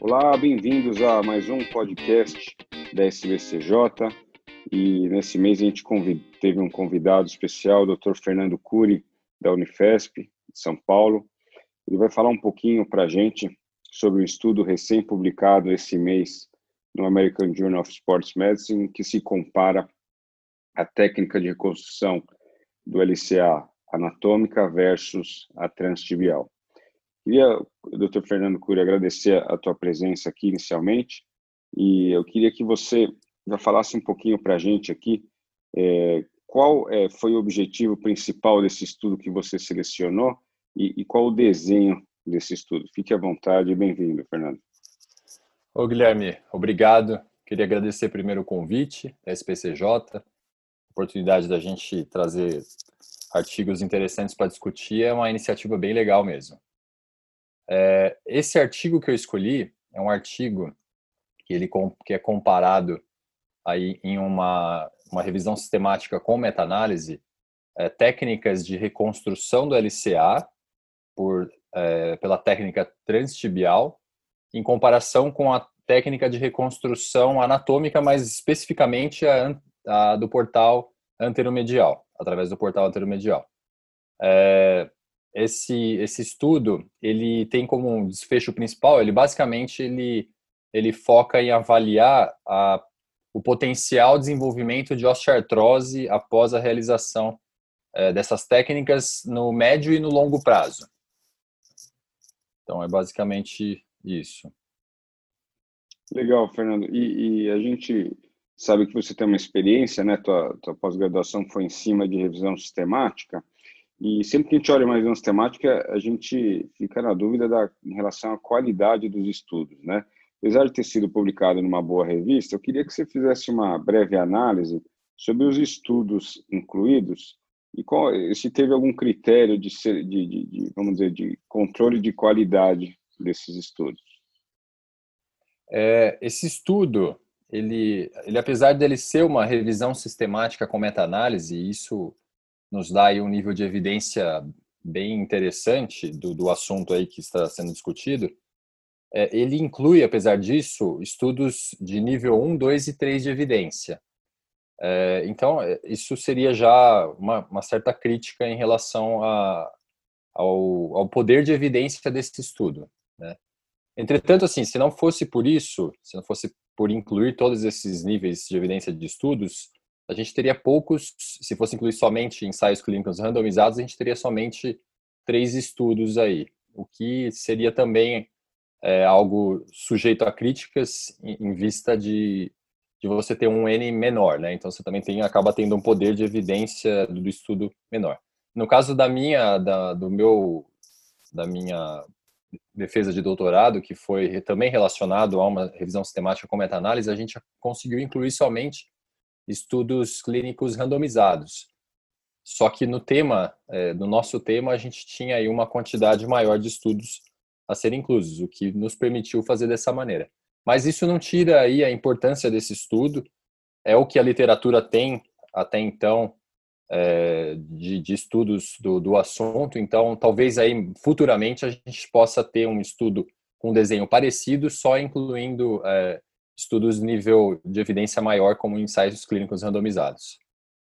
Olá, bem-vindos a mais um podcast da SBCJ. E nesse mês a gente teve um convidado especial, o Dr. Fernando Cury, da Unifesp, de São Paulo. Ele vai falar um pouquinho para a gente sobre um estudo recém-publicado esse mês no American Journal of Sports Medicine, que se compara a técnica de reconstrução do LCA anatômica versus a transtibial. Queria, Dr. Fernando Cury, agradecer a tua presença aqui inicialmente, e eu queria que você já falasse um pouquinho para a gente aqui qual foi o objetivo principal desse estudo que você selecionou e qual o desenho desse estudo. Fique à vontade e bem-vindo, Fernando. Ô, Guilherme, obrigado. Queria agradecer primeiro o convite da SPCJ, a oportunidade da gente trazer artigos interessantes para discutir, é uma iniciativa bem legal mesmo. Esse artigo que eu escolhi é um artigo que é comparado aí em uma revisão sistemática com meta-análise, técnicas de reconstrução do LCA pela técnica transtibial, em comparação com a técnica de reconstrução anatômica, mais especificamente a do portal anteromedial, através do portal anteromedial. Esse estudo, ele tem como um desfecho principal, ele basicamente ele foca em avaliar o potencial desenvolvimento de osteoartrose após a realização dessas técnicas no médio e no longo prazo. Então, é basicamente isso. Legal, Fernando. E a gente sabe que você tem uma experiência, né? Tua pós-graduação foi em cima de revisão sistemática. E sempre que a gente olha uma revisão sistemática, a gente fica na dúvida em relação à qualidade dos estudos, né? Apesar de ter sido publicado numa boa revista, eu queria que você fizesse uma breve análise sobre os estudos incluídos e se teve algum critério vamos dizer, de controle de qualidade desses estudos. Esse estudo, ele apesar dele ser uma revisão sistemática com meta-análise, isso nos dá aí um nível de evidência bem interessante do assunto aí que está sendo discutido. Ele inclui, apesar disso, estudos de nível 1, 2 e 3 de evidência. Então, isso seria já uma certa crítica em relação ao poder de evidência desse estudo, né? Entretanto, assim, se não fosse por isso, se não fosse por incluir todos esses níveis de evidência de estudos, a gente teria poucos, se fosse incluir somente ensaios clínicos randomizados, a gente teria somente 3 estudos aí, o que seria também algo sujeito a críticas em vista de você ter um N menor, né? Então você também acaba tendo um poder de evidência do estudo menor. No caso da minha defesa de doutorado, que foi também relacionado a uma revisão sistemática com meta-análise, a gente conseguiu incluir somente estudos clínicos randomizados. Só que no nosso tema, a gente tinha aí uma quantidade maior de estudos a serem inclusos, o que nos permitiu fazer dessa maneira. Mas isso não tira aí a importância desse estudo, é o que a literatura tem até então de estudos do assunto, então talvez aí futuramente a gente possa ter um estudo com desenho parecido, só incluindo estudos de nível de evidência maior, como ensaios clínicos randomizados.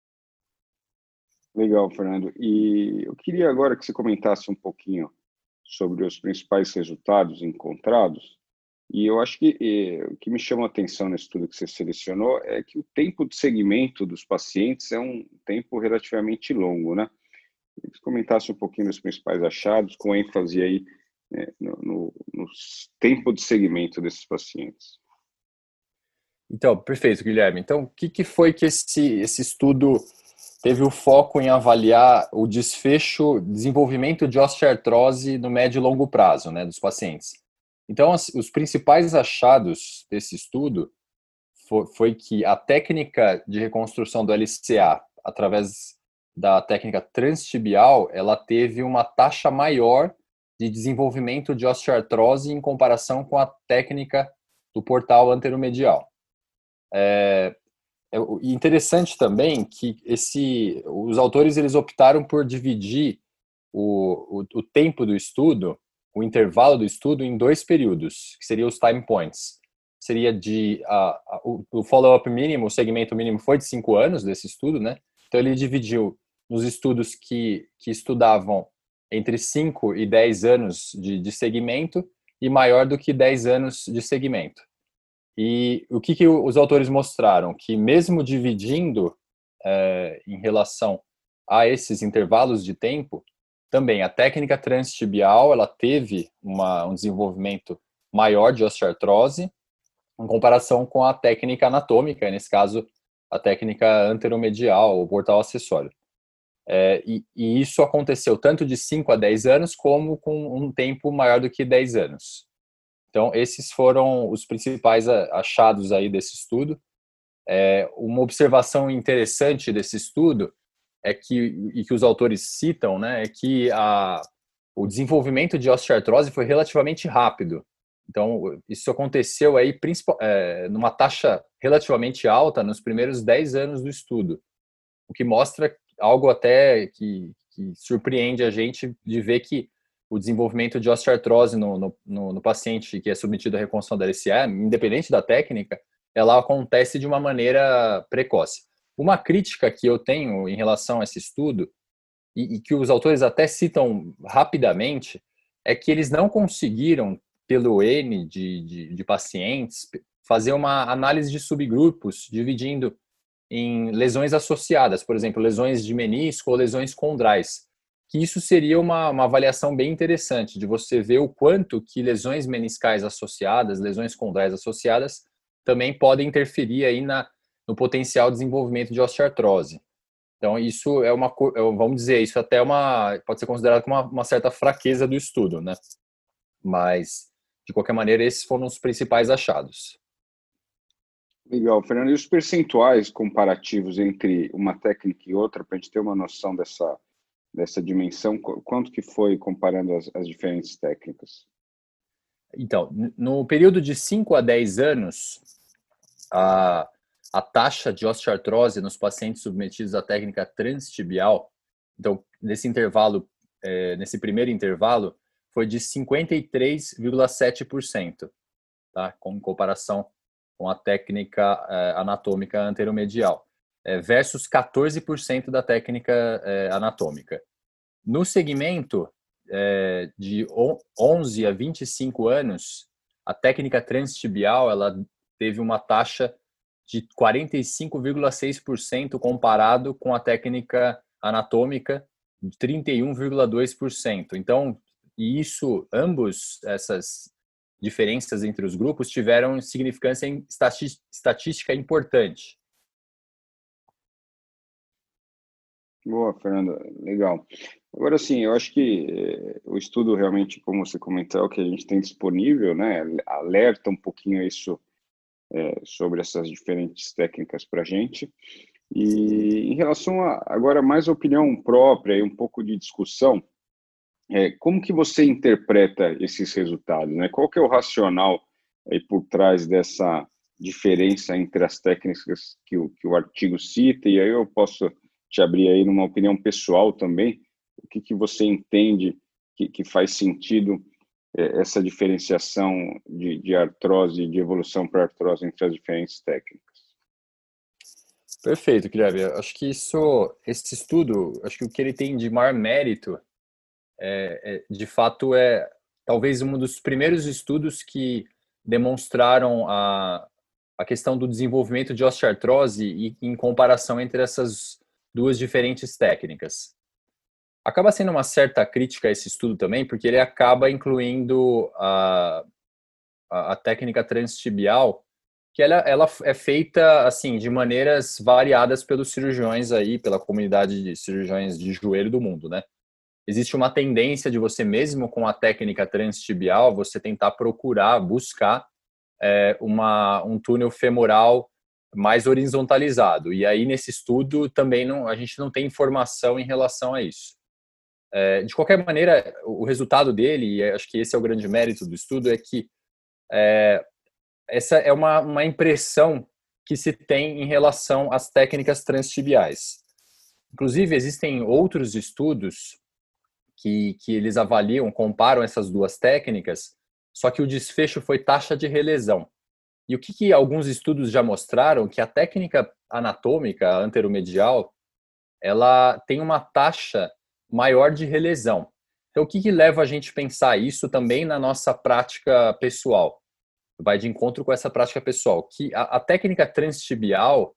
Legal, Fernando. E eu queria agora que você comentasse um pouquinho sobre os principais resultados encontrados. E eu acho que o que me chama a atenção nesse estudo que você selecionou é que o tempo de segmento dos pacientes é um tempo relativamente longo, né? Eu queria que você comentasse um pouquinho dos principais achados, com ênfase aí no tempo de segmento desses pacientes. Então, perfeito, Guilherme. Então, o que foi que esse estudo teve o foco em avaliar o desfecho, desenvolvimento de osteoartrose no médio e longo prazo, né, dos pacientes? Então, os principais achados desse estudo foi que a técnica de reconstrução do LCA, através da técnica transtibial, ela teve uma taxa maior de desenvolvimento de osteoartrose em comparação com a técnica do portal anteromedial. Interessante também que os autores eles optaram por dividir o tempo do estudo o intervalo do estudo em 2 períodos, que seriam os time points. Seria o follow-up mínimo, o segmento mínimo foi de 5 anos desse estudo, né? Então ele dividiu nos estudos que estudavam entre 5 e 10 anos de segmento e maior do que 10 anos de segmento. E o que os autores mostraram? Que mesmo dividindo em relação a esses intervalos de tempo, também a técnica transtibial ela teve um desenvolvimento maior de osteoartrose em comparação com a técnica anatômica, nesse caso a técnica anteromedial, ou portal acessório. E isso aconteceu tanto de 5 a 10 anos, como com um tempo maior do que 10 anos. Então, esses foram os principais achados aí desse estudo. Uma observação interessante desse estudo e que os autores citam, né, é que o desenvolvimento de osteoartrose foi relativamente rápido. Então, isso aconteceu aí numa taxa relativamente alta nos primeiros 10 anos do estudo, o que mostra algo até que surpreende a gente de ver que o desenvolvimento de osteoartrose no paciente que é submetido à reconstrução da LCA, independente da técnica, ela acontece de uma maneira precoce. Uma crítica que eu tenho em relação a esse estudo, e que os autores até citam rapidamente, é que eles não conseguiram, pelo N de pacientes, fazer uma análise de subgrupos, dividindo em lesões associadas, por exemplo, lesões de menisco ou lesões condrais. Que isso seria uma avaliação bem interessante, de você ver o quanto que lesões meniscais associadas, lesões condrais associadas, também podem interferir aí no potencial desenvolvimento de osteoartrose. Então, isso vamos dizer, isso até pode ser considerado como uma certa fraqueza do estudo, né? Mas, de qualquer maneira, esses foram os principais achados. Legal, Fernando. E os percentuais comparativos entre uma técnica e outra, para a gente ter uma noção dessa dimensão, quanto que foi comparando as diferentes técnicas? Então, no período de 5 a 10 anos, a taxa de osteoartrose nos pacientes submetidos à técnica transtibial, então, nesse primeiro intervalo, foi de 53,7%, tá? Em comparação com a técnica anatômica anteromedial, versus 14% da técnica anatômica. No segmento de 11 a 25 anos, a técnica transtibial ela teve uma taxa de 45,6% comparado com a técnica anatômica de 31,2%. Então, essas diferenças entre os grupos tiveram significância estatística importante. Boa, Fernanda, legal. Agora, sim, eu acho que o estudo realmente, como você comentou, é o que a gente tem disponível, né, alerta um pouquinho isso sobre essas diferentes técnicas para a gente. E em relação agora mais a opinião própria e um pouco de discussão, como que você interpreta esses resultados, né? Qual que é o racional aí por trás dessa diferença entre as técnicas que o artigo cita? E aí eu posso te abrir aí numa opinião pessoal também, o que você entende que faz sentido essa diferenciação de artrose, de evolução para artrose entre as diferentes técnicas? Perfeito, Guilherme. Acho que esse estudo, acho que o que ele tem de maior mérito, de fato, talvez um dos primeiros estudos que demonstraram a questão do desenvolvimento de osteoartrose e em comparação entre essas duas diferentes técnicas. Acaba sendo uma certa crítica a esse estudo também, porque ele acaba incluindo a técnica transtibial, que ela é feita assim de maneiras variadas pelos cirurgiões aí, pela comunidade de cirurgiões de joelho do mundo, né? Existe uma tendência de você mesmo com a técnica transtibial, você tentar buscar um túnel femoral mais horizontalizado. E aí nesse estudo também a gente não tem informação em relação a isso. De qualquer maneira, o resultado dele, e acho que esse é o grande mérito do estudo, é que essa é uma impressão que se tem em relação às técnicas transtibiais. Inclusive, existem outros estudos que eles avaliam, comparam essas duas técnicas, só que o desfecho foi taxa de relesão. E o que alguns estudos já mostraram? Que a técnica anatômica anteromedial, ela tem uma taxa maior de relesão. Então, o que leva a gente a pensar isso também na nossa prática pessoal? Vai de encontro com essa prática pessoal, que a técnica transtibial,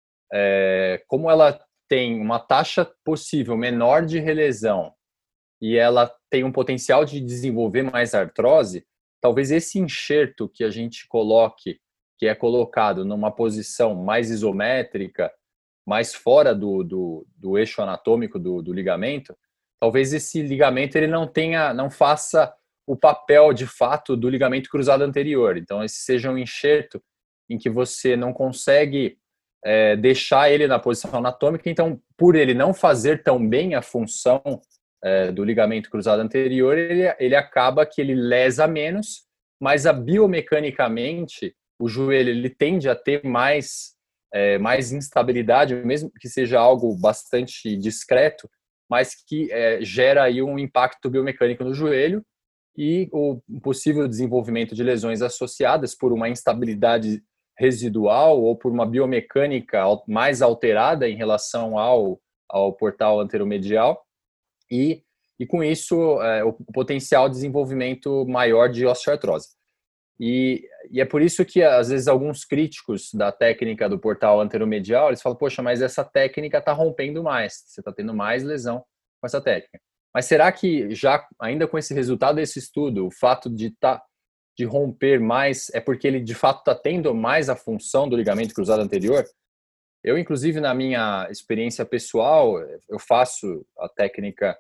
como ela tem uma taxa possível menor de relesão e ela tem um potencial de desenvolver mais artrose, talvez esse enxerto que a gente coloque, que é colocado numa posição mais isométrica, mais fora do eixo anatômico do ligamento, talvez esse ligamento ele não faça o papel de fato do ligamento cruzado anterior. Então, esse seja um enxerto em que você não consegue deixar ele na posição anatômica. Então, por ele não fazer tão bem a função do ligamento cruzado anterior, ele acaba que ele lesa menos, mas biomecanicamente o joelho ele tende a ter mais instabilidade, mesmo que seja algo bastante discreto, mas que gera aí um impacto biomecânico no joelho e o possível desenvolvimento de lesões associadas por uma instabilidade residual ou por uma biomecânica mais alterada em relação ao portal anteromedial e com isso o potencial desenvolvimento maior de osteoartrose. E é por isso que, às vezes, alguns críticos da técnica do portal anteromedial, eles falam, poxa, mas essa técnica está rompendo mais, você está tendo mais lesão com essa técnica. Mas será que, já ainda com esse resultado desse estudo, o fato de romper mais é porque ele, de fato, está tendo mais a função do ligamento cruzado anterior? Eu, inclusive, na minha experiência pessoal, eu faço a técnica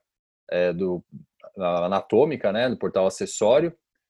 anatômica, né, do portal acessório,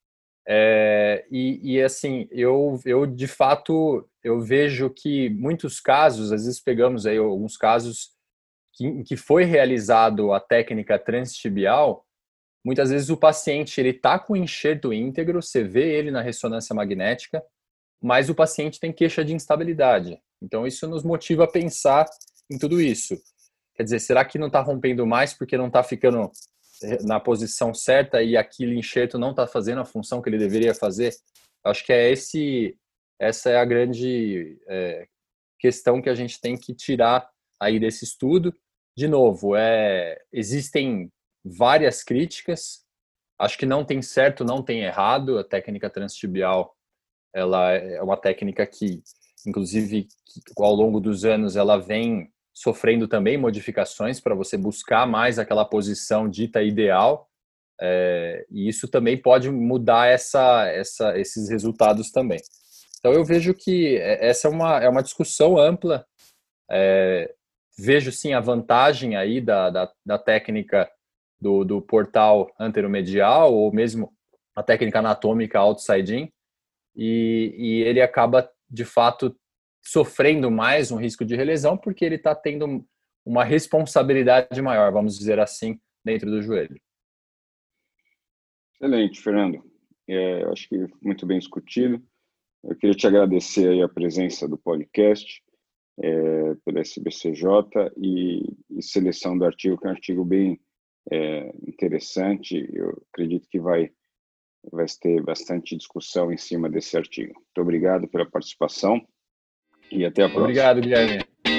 e assim, eu de fato, eu vejo que muitos casos, às vezes pegamos aí alguns casos em que foi realizado a técnica transtibial, muitas vezes o paciente ele tá com o enxerto íntegro, você vê ele na ressonância magnética, mas o paciente tem queixa de instabilidade. Então isso nos motiva a pensar em tudo isso. Quer dizer, será que não está rompendo mais porque não está ficando na posição certa e aquele enxerto não está fazendo a função que ele deveria fazer? Acho que essa é a grande questão que a gente tem que tirar aí desse estudo. De novo, existem várias críticas, acho que não tem certo, não tem errado. A técnica transtibial ela é uma técnica que, inclusive, ao longo dos anos, ela vem sofrendo também modificações para você buscar mais aquela posição dita ideal, e isso também pode mudar esses resultados também. Então eu vejo que essa é uma discussão ampla, vejo sim a vantagem aí da técnica do portal anteromedial, ou mesmo a técnica anatômica outside-in, e ele acaba de fato sofrendo mais um risco de relesão porque ele está tendo uma responsabilidade maior, vamos dizer assim, dentro do joelho. Excelente, Fernando. Acho que muito bem discutido. Eu queria te agradecer aí a presença do podcast pela SBCJ e seleção do artigo, que é um artigo bem interessante. Eu acredito que vai ter bastante discussão em cima desse artigo. Muito obrigado pela participação e até a próxima. Obrigado, Guilherme.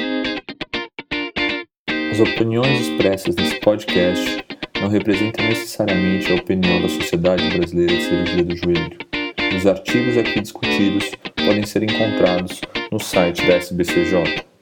As opiniões expressas nesse podcast não representam necessariamente a opinião da Sociedade Brasileira de Cirurgia do Joelho. Os artigos aqui discutidos podem ser encontrados no site da SBCJ.